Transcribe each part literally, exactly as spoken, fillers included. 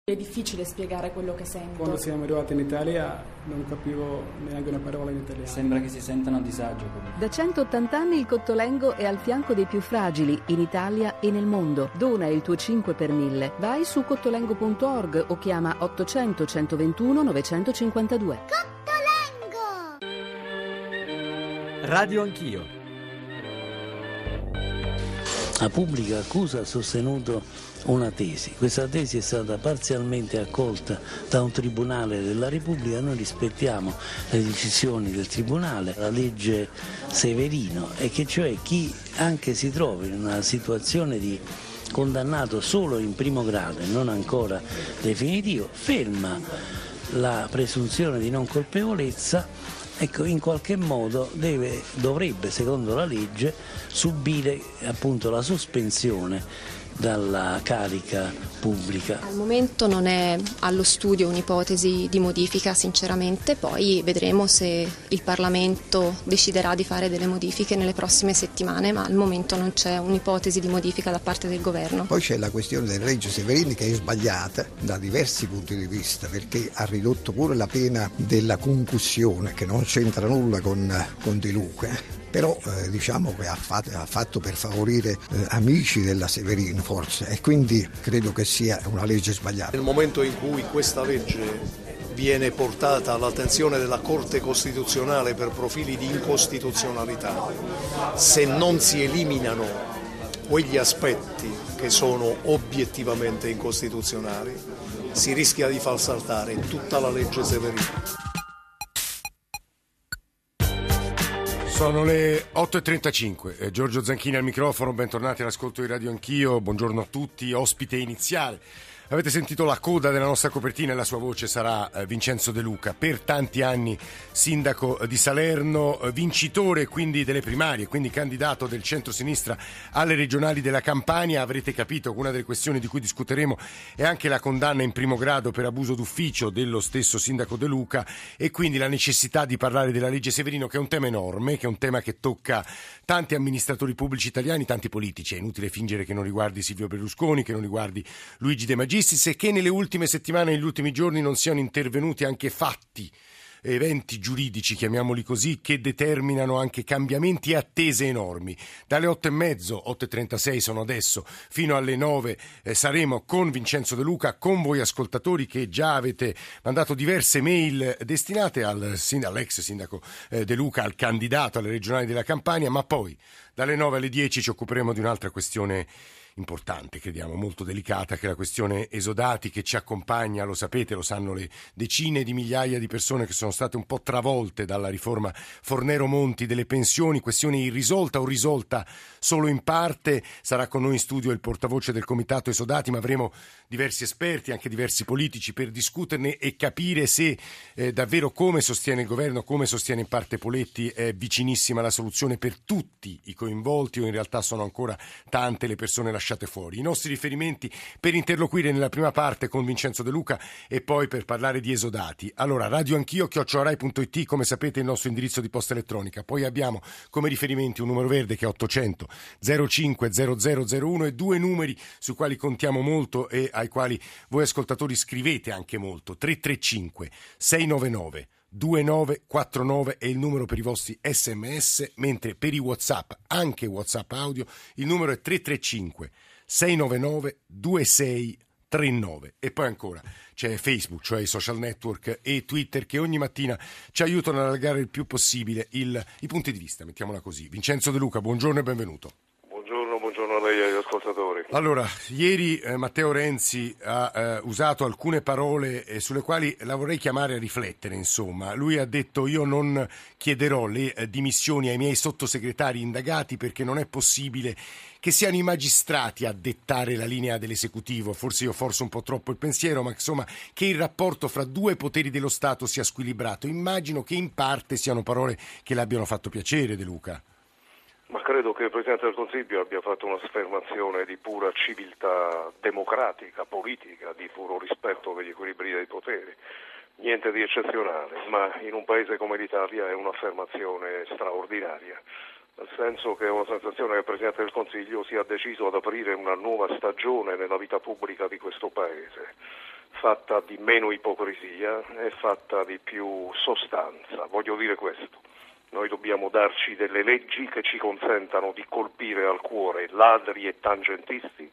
È difficile spiegare quello che sento. Quando siamo arrivati in Italia non capivo neanche una parola in italiano. Sembra che si sentano a disagio. Da centottanta anni il Cottolengo è al fianco dei più fragili in Italia e nel mondo. Dona il tuo cinque per mille. Vai su cottolengo punto org o chiama ottocento centoventuno novecentocinquantadue. Cottolengo! Radio Anch'io. La pubblica accusa ha sostenuto una tesi. Questa tesi è stata parzialmente accolta da un tribunale della Repubblica. Noi rispettiamo le decisioni del tribunale, la legge Severino, e che cioè chi anche si trova in una situazione di condannato solo in primo grado e non ancora definitivo, ferma la presunzione di non colpevolezza, ecco, in qualche modo deve, dovrebbe, secondo la legge, subire appunto la sospensione dalla carica pubblica. Al momento non è allo studio un'ipotesi di modifica, sinceramente, poi vedremo se il Parlamento deciderà di fare delle modifiche nelle prossime settimane, ma al momento non c'è un'ipotesi di modifica da parte del governo. Poi c'è la questione della legge Severini, che è sbagliata da diversi punti di vista, perché ha ridotto pure la pena della concussione, che non c'entra nulla con, con De Luca. Però eh, diciamo che ha fatto, ha fatto per favorire eh, amici della Severino forse, e quindi credo che sia una legge sbagliata. Nel momento in cui questa legge viene portata all'attenzione della Corte Costituzionale per profili di incostituzionalità, se non si eliminano quegli aspetti che sono obiettivamente incostituzionali, si rischia di far saltare tutta la legge Severino. Sono le otto e trentacinque, eh, Giorgio Zanchini al microfono, bentornati all'ascolto di Radio Anch'io, buongiorno a tutti, ospite iniziale. Avete sentito la coda della nostra copertina e la sua voce sarà eh, Vincenzo De Luca, per tanti anni sindaco di Salerno, eh, vincitore quindi delle primarie, quindi candidato del centro-sinistra alle regionali della Campania. Avrete capito che una delle questioni di cui discuteremo è anche la condanna in primo grado per abuso d'ufficio dello stesso sindaco De Luca, e quindi la necessità di parlare della legge Severino, che è un tema enorme, che è un tema che tocca tanti amministratori pubblici italiani, tanti politici. È inutile fingere che non riguardi Silvio Berlusconi, che non riguardi Luigi De Magistris, e che nelle ultime settimane e negli ultimi giorni non siano intervenuti anche fatti, eventi giuridici, chiamiamoli così, che determinano anche cambiamenti e attese enormi. Dalle otto e mezzo, otto e trentasei sono adesso, fino alle nove eh, saremo con Vincenzo De Luca, con voi ascoltatori che già avete mandato diverse mail destinate al, all'ex sindaco eh, De Luca, al candidato alle regionali della Campania, ma poi dalle nove alle dieci ci occuperemo di un'altra questione importante, crediamo molto delicata, che è la questione esodati, che ci accompagna, lo sapete, lo sanno le decine di migliaia di persone che sono state un po' travolte dalla riforma Fornero-Monti delle pensioni, questione irrisolta o risolta solo in parte. Sarà con noi in studio il portavoce del comitato esodati, ma avremo diversi esperti, anche diversi politici, per discuterne e capire se eh, davvero, come sostiene il governo, come sostiene in parte Poletti, è vicinissima la soluzione per tutti i coinvolti, o in realtà sono ancora tante le persone lasciate fuori. I nostri riferimenti per interloquire nella prima parte con Vincenzo De Luca e poi per parlare di esodati. Allora, Radio Anch'io, chiocciola rai punto it, come sapete il nostro indirizzo di posta elettronica. Poi abbiamo come riferimenti un numero verde che è ottocento zero cinque zero zero zero uno e due numeri sui quali contiamo molto e ai quali voi ascoltatori scrivete anche molto. tre tre cinque sei nove nove due nove quattro nove è il numero per i vostri sms, mentre per i WhatsApp, anche WhatsApp audio, il numero è tre tre cinque sei nove nove due sei tre nove. E poi ancora c'è Facebook, cioè i social network, e Twitter, che ogni mattina ci aiutano ad allargare il più possibile il, i punti di vista, mettiamola così. Vincenzo De Luca, buongiorno e benvenuto. Buongiorno a lei e agli ascoltatori. Allora, ieri eh, Matteo Renzi ha eh, usato alcune parole eh, sulle quali la vorrei chiamare a riflettere, insomma. Lui ha detto: io non chiederò le eh, dimissioni ai miei sottosegretari indagati, perché non è possibile che siano i magistrati a dettare la linea dell'esecutivo. Forse io forzo un po' troppo il pensiero, ma insomma che il rapporto fra due poteri dello Stato sia squilibrato. Immagino che in parte siano parole che le abbiano fatto piacere, De Luca. Ma credo che il Presidente del Consiglio abbia fatto un'affermazione di pura civiltà democratica, politica, di puro rispetto per gli equilibri dei poteri. Niente di eccezionale, ma in un paese come l'Italia è un'affermazione straordinaria, nel senso che ho la sensazione che il Presidente del Consiglio sia deciso ad aprire una nuova stagione nella vita pubblica di questo paese. fatta di meno ipocrisia e fatta di più sostanza. Voglio dire questo: noi dobbiamo darci delle leggi che ci consentano di colpire al cuore ladri e tangentisti,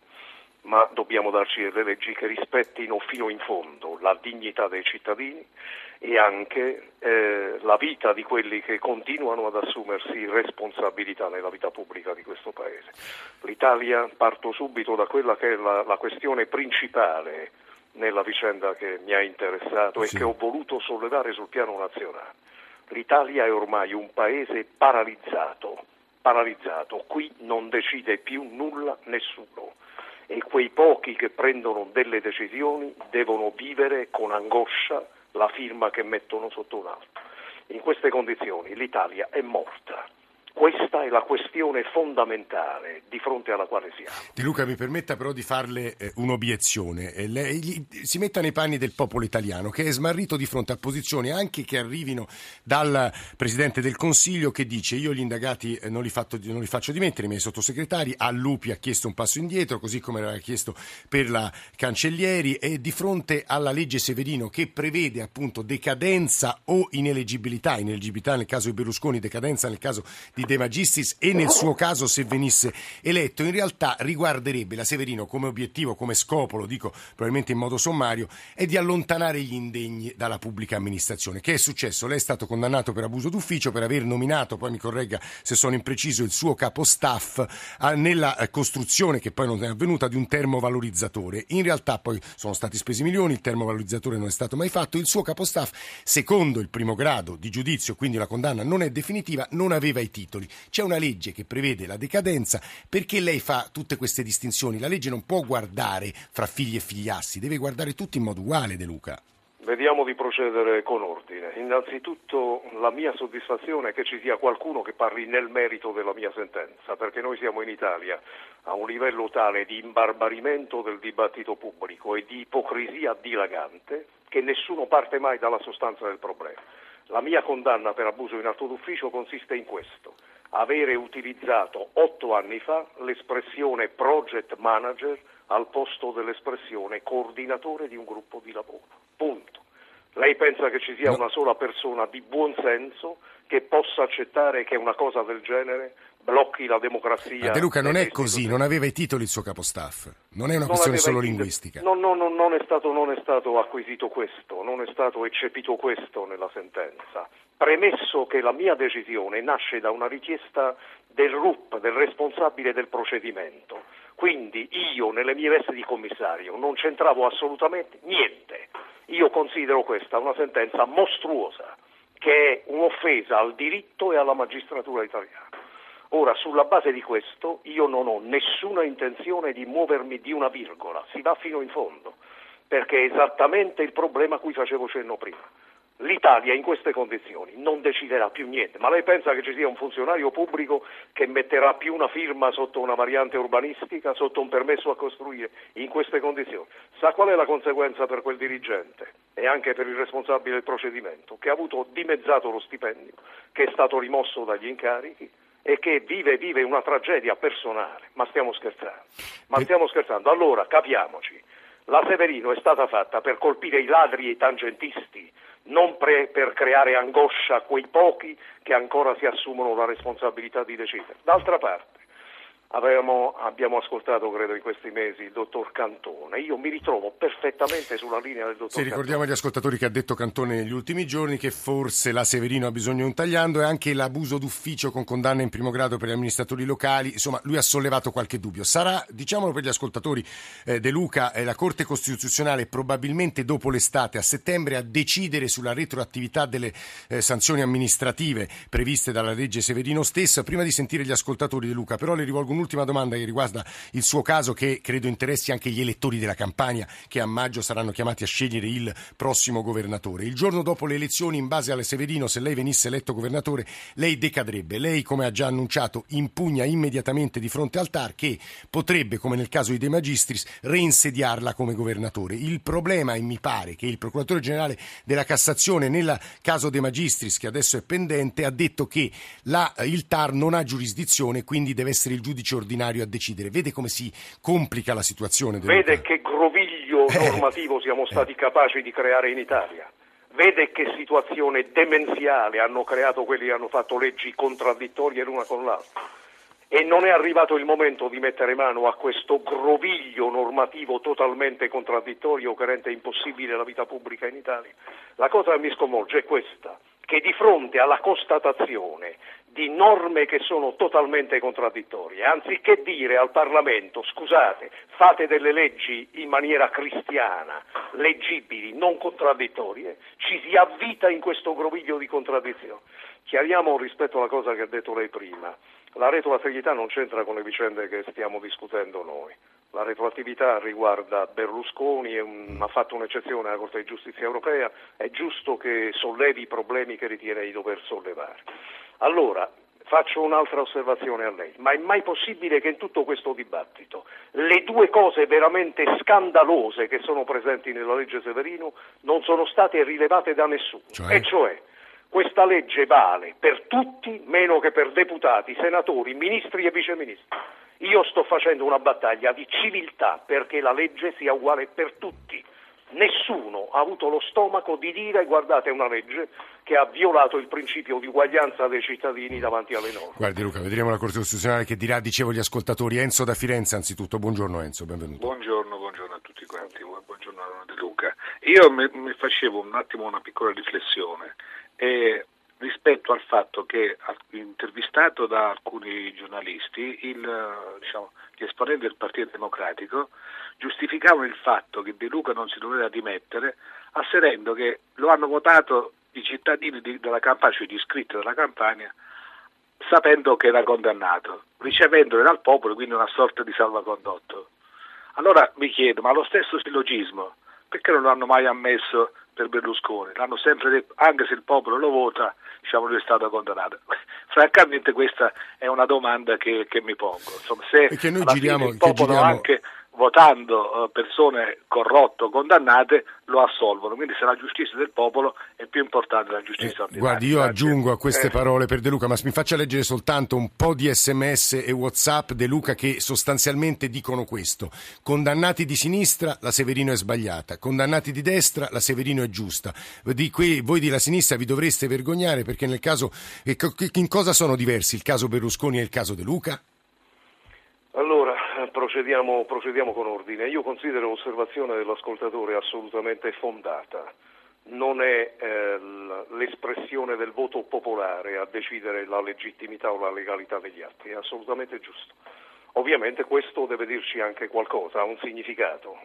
ma dobbiamo darci delle leggi che rispettino fino in fondo la dignità dei cittadini e anche eh, la vita di quelli che continuano ad assumersi responsabilità nella vita pubblica di questo Paese. L'Italia, parto subito da quella che è la, la questione principale nella vicenda che mi ha interessato sì. e che ho voluto sollevare sul piano nazionale. L'Italia è ormai un paese paralizzato, paralizzato, qui non decide più nulla nessuno. E quei pochi che prendono delle decisioni devono vivere con angoscia la firma che mettono sotto un altro. In queste condizioni l'Italia è morta. Questa è la questione fondamentale di fronte alla quale siamo. Di Luca, mi permetta però di farle eh, un'obiezione. Eh, lei, gli, si metta nei panni del popolo italiano, che è smarrito di fronte a posizioni anche che arrivino dal Presidente del Consiglio, che dice: io gli indagati eh, non, li fatto, non li faccio dimettere, i miei sottosegretari. A Lupi ha chiesto un passo indietro, così come aveva chiesto per la Cancellieri, e di fronte alla legge Severino, che prevede appunto decadenza o ineleggibilità, ineleggibilità nel caso di Berlusconi, decadenza nel caso di De Magistris e nel suo caso se venisse eletto, in realtà riguarderebbe la Severino come obiettivo, come scopo, lo dico probabilmente in modo sommario, è di allontanare gli indegni dalla pubblica amministrazione. Che è successo? Lei è stato condannato per abuso d'ufficio per aver nominato, poi mi corregga se sono impreciso, il suo capo staff nella costruzione, che poi non è avvenuta, di un termovalorizzatore. In realtà poi sono stati spesi milioni, il termovalorizzatore non è stato mai fatto, il suo capo staff, secondo il primo grado di giudizio, quindi la condanna non è definitiva, non aveva i titoli. C'è una legge che prevede la decadenza. Perché lei fa tutte queste distinzioni? La legge non può guardare fra figli e figliassi, deve guardare tutti in modo uguale, De Luca. Vediamo di procedere con ordine. Innanzitutto la mia soddisfazione è che ci sia qualcuno che parli nel merito della mia sentenza, perché noi siamo in Italia a un livello tale di imbarbarimento del dibattito pubblico e di ipocrisia dilagante che nessuno parte mai dalla sostanza del problema. La mia condanna per abuso in atto d'ufficio consiste in questo: avere utilizzato otto anni fa l'espressione project manager al posto dell'espressione coordinatore di un gruppo di lavoro. Punto. Lei pensa che ci sia no. una sola persona di buon senso che possa accettare che una cosa del genere blocchi la democrazia? Ma De Luca, non è così, non aveva i titoli il suo capostaff, non è una non questione solo titoli. linguistica. No, no, no, non è stato, non è stato acquisito questo, non è stato eccepito questo nella sentenza. Premesso che la mia decisione nasce da una richiesta del R U P, del responsabile del procedimento, quindi io nelle mie vesti di commissario non c'entravo assolutamente niente. Io considero questa una sentenza mostruosa, che è un'offesa al diritto e alla magistratura italiana. Ora, sulla base di questo, io non ho nessuna intenzione di muovermi di una virgola, si va fino in fondo, perché è esattamente il problema a cui facevo cenno prima. L'Italia in queste condizioni non deciderà più niente, ma lei pensa che ci sia un funzionario pubblico che metterà più una firma sotto una variante urbanistica, sotto un permesso a costruire in queste condizioni? Sa qual è la conseguenza per quel dirigente e anche per il responsabile del procedimento? Che ha avuto dimezzato lo stipendio, che è stato rimosso dagli incarichi e che vive, vive una tragedia personale. Ma stiamo scherzando? Ma stiamo scherzando? Allora, capiamoci, la Severino è stata fatta per colpire i ladri e i tangentisti, non pre- per creare angoscia a quei pochi che ancora si assumono la responsabilità di decidere. D'altra parte, avevamo, abbiamo ascoltato, credo, in questi mesi il dottor Cantone. Io mi ritrovo perfettamente sulla linea del dottor Sì, ricordiamo Cantone. agli ascoltatori che ha detto Cantone negli ultimi giorni che forse la Severino ha bisogno di un tagliando e anche l'abuso d'ufficio con condanna in primo grado per gli amministratori locali. Insomma, lui ha sollevato qualche dubbio. Sarà, diciamolo per gli ascoltatori, eh, De Luca, eh, la Corte Costituzionale probabilmente dopo l'estate, a settembre, a decidere sulla retroattività delle eh, sanzioni amministrative previste dalla legge Severino stessa. Prima di sentire gli ascoltatori, De Luca, però le rivolgo un'ultima domanda che riguarda il suo caso, che credo interessi anche gli elettori della Campania, che a maggio saranno chiamati a scegliere il prossimo governatore. Il giorno dopo le elezioni, in base alle Severino, se lei venisse eletto governatore, lei decadrebbe. Lei, come ha già annunciato, impugna immediatamente di fronte al T A R, che potrebbe, come nel caso di De Magistris, reinsediarla come governatore. Il problema, e mi pare che il procuratore generale della Cassazione, nel caso De Magistris, che adesso è pendente, ha detto che la, il T A R non ha giurisdizione, quindi deve essere il giudice ordinario a decidere. Vede come si complica la situazione? Vede che groviglio normativo siamo stati capaci di creare in Italia? Vede che situazione demenziale hanno creato quelli che hanno fatto leggi contraddittorie l'una con l'altra. E non è arrivato il momento di mettere mano a questo groviglio normativo totalmente contraddittorio che rende impossibile la vita pubblica in Italia? La cosa che mi sconvolge è questa, che di fronte alla constatazione di norme che sono totalmente contraddittorie, anziché dire al Parlamento scusate, fate delle leggi in maniera cristiana, leggibili, non contraddittorie, ci si avvita in questo groviglio di contraddizioni. Chiariamo rispetto alla cosa che ha detto lei prima, la retroattività non c'entra con le vicende che stiamo discutendo noi. La retroattività riguarda Berlusconi, è un, ha fatto un'eccezione alla Corte di Giustizia europea, è giusto che sollevi i problemi che ritiene di dover sollevare. Allora, faccio un'altra osservazione a lei, ma è mai possibile che in tutto questo dibattito le due cose veramente scandalose che sono presenti nella legge Severino non sono state rilevate da nessuno, cioè? E cioè questa legge vale per tutti meno che per deputati, senatori, ministri e viceministri. Io sto facendo una battaglia di civiltà perché la legge sia uguale per tutti. Nessuno ha avuto lo stomaco di dire guardate, è una legge che ha violato il principio di uguaglianza dei cittadini davanti alle norme. Guardi Luca, vedremo la Corte Costituzionale che dirà, dicevo agli ascoltatori. Enzo da Firenze anzitutto, buongiorno Enzo, benvenuto. Buongiorno, buongiorno a tutti quanti, buongiorno a De Luca. Io mi, mi facevo un attimo una piccola riflessione e rispetto al fatto che, intervistato da alcuni giornalisti, il, diciamo, gli esponenti del Partito Democratico giustificavano il fatto che De Luca non si doveva dimettere asserendo che lo hanno votato i cittadini di, della Campania, cioè gli iscritti della Campania, sapendo che era condannato, ricevendolo dal popolo, quindi una sorta di salvacondotto. Allora mi chiedo, ma lo stesso sillogismo, perché non lo hanno mai ammesso per Berlusconi? L'hanno sempre detto, anche se il popolo lo vota, diciamo lui è stato condannato. Francamente questa è una domanda che, che mi pongo. Insomma, se che noi alla giriamo, fine il popolo giriamo... anche votando uh, persone corrotte o condannate lo assolvono, quindi se la giustizia del popolo è più importante della giustizia eh, ordinaria. Guardi, io Grazie. aggiungo a queste eh. parole per De Luca, ma mi faccia leggere soltanto un po' di sms e WhatsApp De Luca che sostanzialmente dicono questo: condannati di sinistra la Severino è sbagliata, condannati di destra la Severino è giusta. Di qui, voi della sinistra vi dovreste vergognare, perché nel caso, in cosa sono diversi il caso Berlusconi e il caso De Luca? Allora, procediamo, procediamo con ordine. Io considero l'osservazione dell'ascoltatore assolutamente fondata. Non è eh, l'espressione del voto popolare a decidere la legittimità o la legalità degli atti, è assolutamente giusto. Ovviamente questo deve dirci anche qualcosa, ha un significato.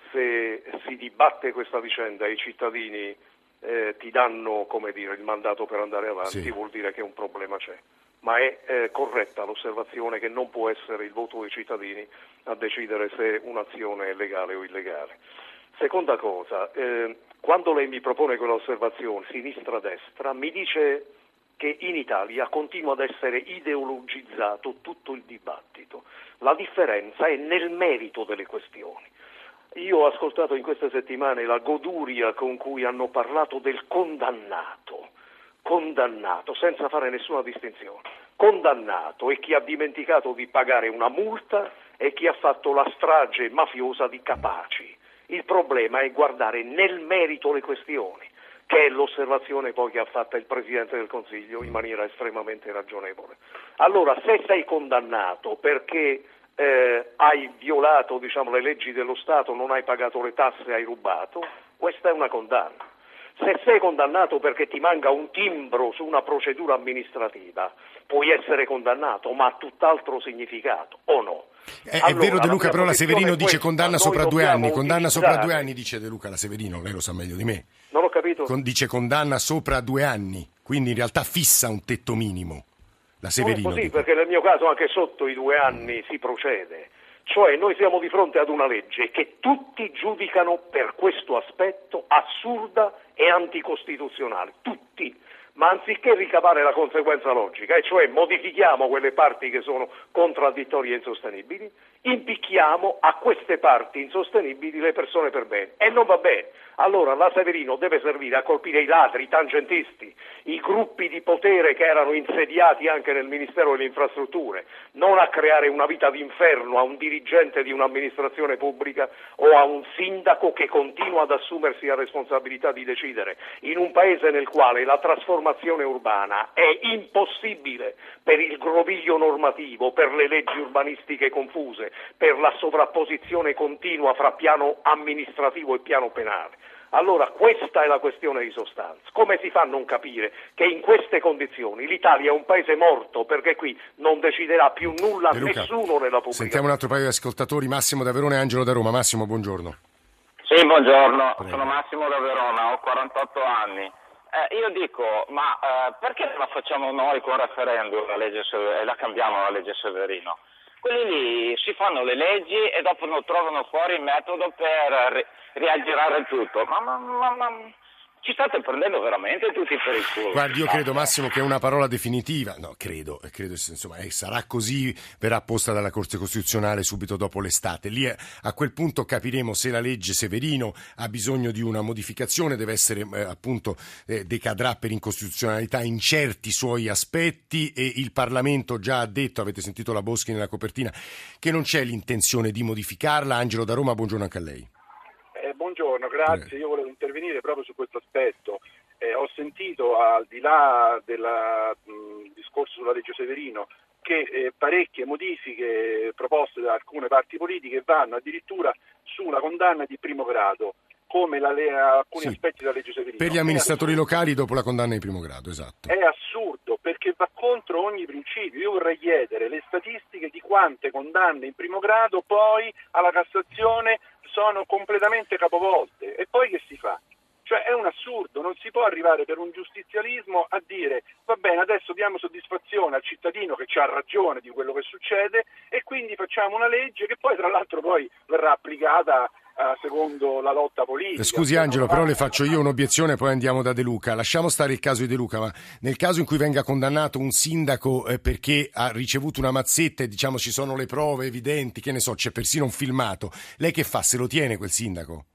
Se si dibatte questa vicenda e i cittadini eh, ti danno, come dire, il mandato per andare avanti, sì, vuol dire che un problema c'è. Ma è eh, corretta l'osservazione che non può essere il voto dei cittadini a decidere se un'azione è legale o illegale. Seconda cosa, eh, quando lei mi propone quell'osservazione sinistra-destra, mi dice che in Italia continua ad essere ideologizzato tutto il dibattito. La differenza è nel merito delle questioni. Io ho ascoltato in queste settimane la goduria con cui hanno parlato del condannato. Condannato, senza fare nessuna distinzione. Condannato è chi ha dimenticato di pagare una multa e chi ha fatto la strage mafiosa di Capaci. Il problema è guardare nel merito le questioni, che è l'osservazione poi che ha fatto il Presidente del Consiglio in maniera estremamente ragionevole. Allora, se sei condannato perché eh, hai violato, diciamo, le leggi dello Stato, non hai pagato le tasse, hai rubato, questa è una condanna. Se sei condannato perché ti manca un timbro su una procedura amministrativa, puoi essere condannato, ma ha tutt'altro significato, o no? È, allora, è vero De Luca, la però la Severino dice questa, condanna sopra due anni, condanna utilizzare... sopra due anni, dice De Luca, la Severino, lei lo sa meglio di me. Non ho capito. Con, dice condanna sopra due anni, quindi in realtà fissa un tetto minimo. La Severino. Non è così, dico. Perché nel mio caso anche sotto i due anni si procede. Cioè noi siamo di fronte ad una legge che tutti giudicano per questo aspetto assurda e anticostituzionale, tutti, ma anziché ricavare la conseguenza logica, e cioè modifichiamo quelle parti che sono contraddittorie e insostenibili, impicchiamo a queste parti insostenibili le persone per bene, e non va bene. Allora la Severino deve servire a colpire i ladri, i tangentisti, i gruppi di potere che erano insediati anche nel Ministero delle Infrastrutture, non a creare una vita d'inferno a un dirigente di un'amministrazione pubblica o a un sindaco che continua ad assumersi la responsabilità di decidere in un paese nel quale la trasformazione urbana è impossibile per il groviglio normativo, per le leggi urbanistiche confuse, per la sovrapposizione continua fra piano amministrativo e piano penale. Allora questa è la questione di sostanza. Come si fa a non capire che in queste condizioni l'Italia è un paese morto, perché qui non deciderà più nulla De Luca, nessuno nella pubblica. Sentiamo un altro paio di ascoltatori, Massimo da Verona e Angelo da Roma. Massimo, buongiorno. Sì, buongiorno, Prego. Sono Massimo da Verona, ho quarantotto anni. Eh, io dico, ma eh, perché non la facciamo noi con referendum la legge Severino, e la cambiamo la legge Severino? Quelli lì si fanno le leggi e dopo non trovano fuori il metodo per ri- riaggirare tutto. Ma, ma, ma, ma ci state prendendo veramente tutti per il culo. Guardi, io credo, Massimo, che è una parola definitiva. No, credo, credo insomma, eh, sarà così, verrà posta dalla Corte Costituzionale subito dopo l'estate. Lì eh, a quel punto capiremo se la legge Severino ha bisogno di una modificazione, deve essere eh, appunto eh, decadrà per incostituzionalità in certi suoi aspetti, e il Parlamento già ha detto, avete sentito la Boschi nella copertina, che non c'è l'intenzione di modificarla. Angelo da Roma, buongiorno anche a lei. Eh, buongiorno, grazie. Io volevo intervenire proprio su questo aspetto. Eh, ho sentito, al di là del discorso sulla legge Severino, che eh, parecchie modifiche proposte da alcune parti politiche vanno addirittura sulla condanna di primo grado, come la, le, alcuni sì. aspetti della legge Severino. Per gli amministratori locali dopo la condanna di primo grado, esatto. È assurdo, perché va contro ogni principio. Io vorrei chiedere le statistiche di quante condanne in primo grado poi alla Cassazione sono completamente capovolte. E poi che si fa? Cioè è un assurdo, non si può arrivare per un giustizialismo a dire va bene, adesso diamo soddisfazione al cittadino che ha ragione di quello che succede e quindi facciamo una legge che poi tra l'altro poi verrà applicata uh, secondo la lotta politica. Scusi Angelo, però le faccio io un'obiezione, poi andiamo da De Luca. Lasciamo stare il caso di De Luca, ma nel caso in cui venga condannato un sindaco eh, perché ha ricevuto una mazzetta e diciamo ci sono le prove evidenti, che ne so, c'è persino un filmato, lei che fa? Se lo tiene quel sindaco?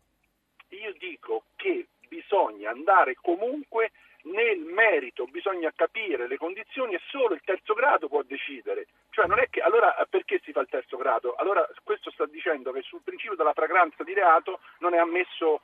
Io dico che bisogna andare comunque nel merito, bisogna capire le condizioni e solo il terzo grado può decidere. Cioè non è che allora perché si fa il terzo grado? Allora questo sta dicendo che sul principio della fragranza di reato non è ammesso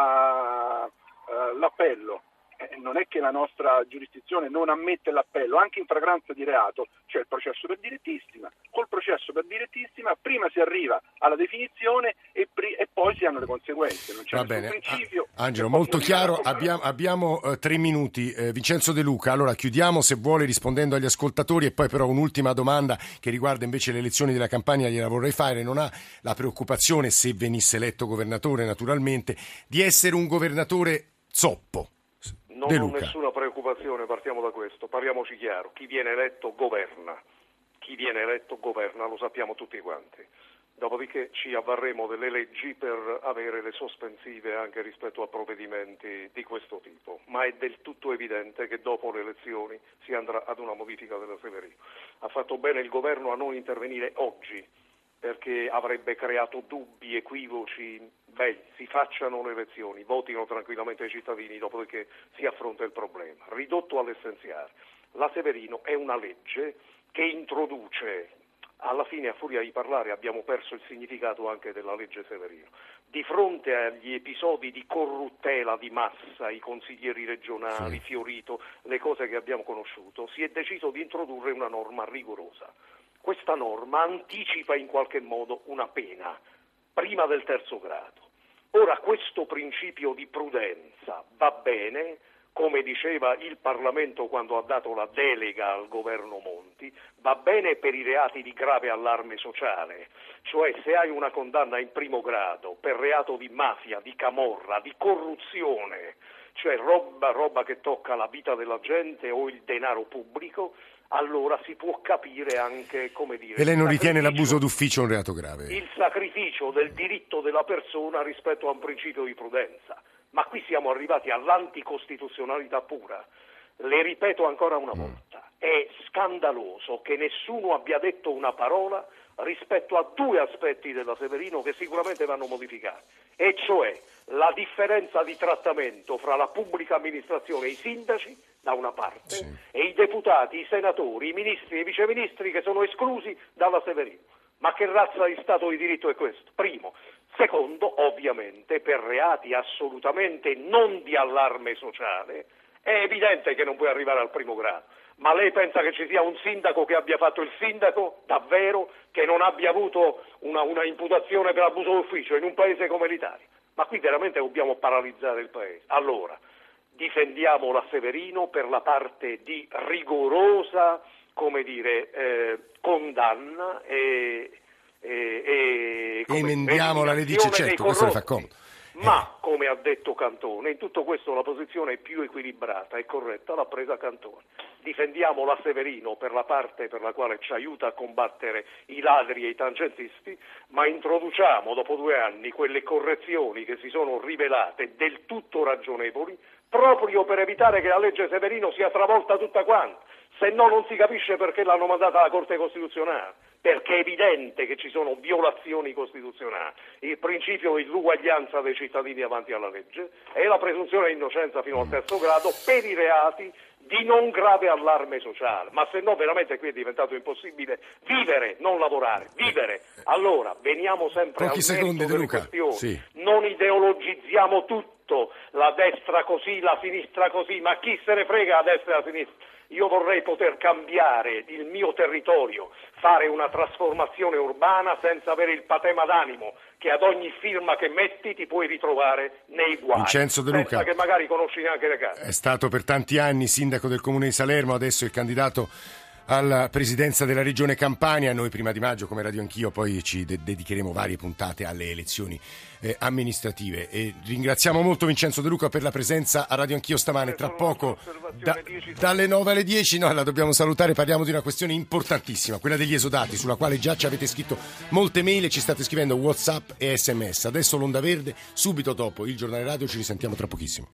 la, uh, l'appello. Eh, non è che la nostra giurisdizione non ammette l'appello, anche in fragranza di reato c'è il processo per direttissima. Col processo per direttissima prima si arriva alla definizione e, pri- e poi si hanno le conseguenze. Non c'è Va nessun bene, principio. ah, Angelo, molto chiaro. Abbiamo, abbiamo uh, tre minuti. Eh, Vincenzo De Luca, allora chiudiamo se vuole rispondendo agli ascoltatori, e poi però un'ultima domanda che riguarda invece le elezioni della Campania, gliela vorrei fare. Non ha la preoccupazione, se venisse eletto governatore naturalmente, di essere un governatore zoppo? Non ho nessuna preoccupazione, partiamo da questo, parliamoci chiaro, chi viene eletto governa, chi viene eletto governa, lo sappiamo tutti quanti, dopodiché ci avvarremo delle leggi per avere le sospensive anche rispetto a provvedimenti di questo tipo, ma è del tutto evidente che dopo le elezioni si andrà ad una modifica della Severino. Ha fatto bene il governo a non intervenire oggi, perché avrebbe creato dubbi, equivoci. Beh, si facciano le elezioni, votino tranquillamente i cittadini, dopodiché si affronta il problema. Ridotto all'essenziale, la Severino è una legge che introduce, alla fine a furia di parlare abbiamo perso il significato anche della legge Severino. Di fronte agli episodi di corruttela di massa, i consiglieri regionali, sì. Fiorito, le cose che abbiamo conosciuto, si è deciso di introdurre una norma rigorosa. Questa norma anticipa in qualche modo una pena prima del terzo grado. Ora questo principio di prudenza va bene, come diceva il Parlamento quando ha dato la delega al governo Monti, va bene per i reati di grave allarme sociale, cioè se hai una condanna in primo grado per reato di mafia, di camorra, di corruzione, cioè roba, roba che tocca la vita della gente o il denaro pubblico, allora si può capire anche, come dire... E lei non ritiene l'abuso d'ufficio un reato grave? Il sacrificio del diritto della persona rispetto a un principio di prudenza. Ma qui siamo arrivati all'anticostituzionalità pura. Le ripeto ancora una volta, è è scandaloso che nessuno abbia detto una parola rispetto a due aspetti della Severino che sicuramente vanno modificati, e cioè la differenza di trattamento fra la pubblica amministrazione e i sindaci da una parte, sì, e i deputati, i senatori, i ministri e i viceministri che sono esclusi dalla Severino. Ma che razza di Stato di diritto è questo? Primo. Secondo, ovviamente, per reati assolutamente non di allarme sociale, è evidente che non puoi arrivare al primo grado. Ma lei pensa che ci sia un sindaco che abbia fatto il sindaco, davvero, che non abbia avuto una, una imputazione per abuso d'ufficio in un paese come l'Italia? Ma qui veramente dobbiamo paralizzare il paese. Allora, difendiamo la Severino per la parte di rigorosa, come dire, eh, condanna e, e, e come emendiamo la legge, certo, questo le fa comodo. Ma, come ha detto Cantone, in tutto questo la posizione è più equilibrata e corretta, l'ha presa Cantone. Difendiamo la Severino per la parte per la quale ci aiuta a combattere i ladri e i tangentisti, ma introduciamo dopo due anni quelle correzioni che si sono rivelate del tutto ragionevoli, proprio per evitare che la legge Severino sia travolta tutta quanta. Se no non si capisce perché l'hanno mandata alla Corte Costituzionale, perché è evidente che ci sono violazioni costituzionali, il principio dell'uguaglianza dei cittadini davanti alla legge e la presunzione di innocenza fino al terzo grado per i reati di non grave allarme sociale. Ma se no veramente qui è diventato impossibile vivere, non lavorare, vivere. Allora veniamo sempre Pochi al merito delle Luca. questioni, Sì. Non ideologizziamo tutto, la destra così, la sinistra così, ma chi se ne frega la destra e la sinistra? Io vorrei poter cambiare il mio territorio, fare una trasformazione urbana senza avere il patema d'animo che ad ogni firma che metti ti puoi ritrovare nei guai. Vincenzo De Luca, senza che magari conosci neanche le case. È stato per tanti anni sindaco del comune di Salerno, adesso è candidato alla presidenza della regione Campania. Noi prima di maggio, come Radio Anch'io, poi ci de- dedicheremo varie puntate alle elezioni eh, amministrative. E ringraziamo molto Vincenzo De Luca per la presenza a Radio Anch'io stamane. Tra poco da, dalle nove alle dieci noi la dobbiamo salutare, parliamo di una questione importantissima, quella degli esodati, sulla quale già ci avete scritto molte mail e ci state scrivendo WhatsApp e S M S. Adesso l'Onda Verde, subito dopo il giornale radio, ci risentiamo tra pochissimo.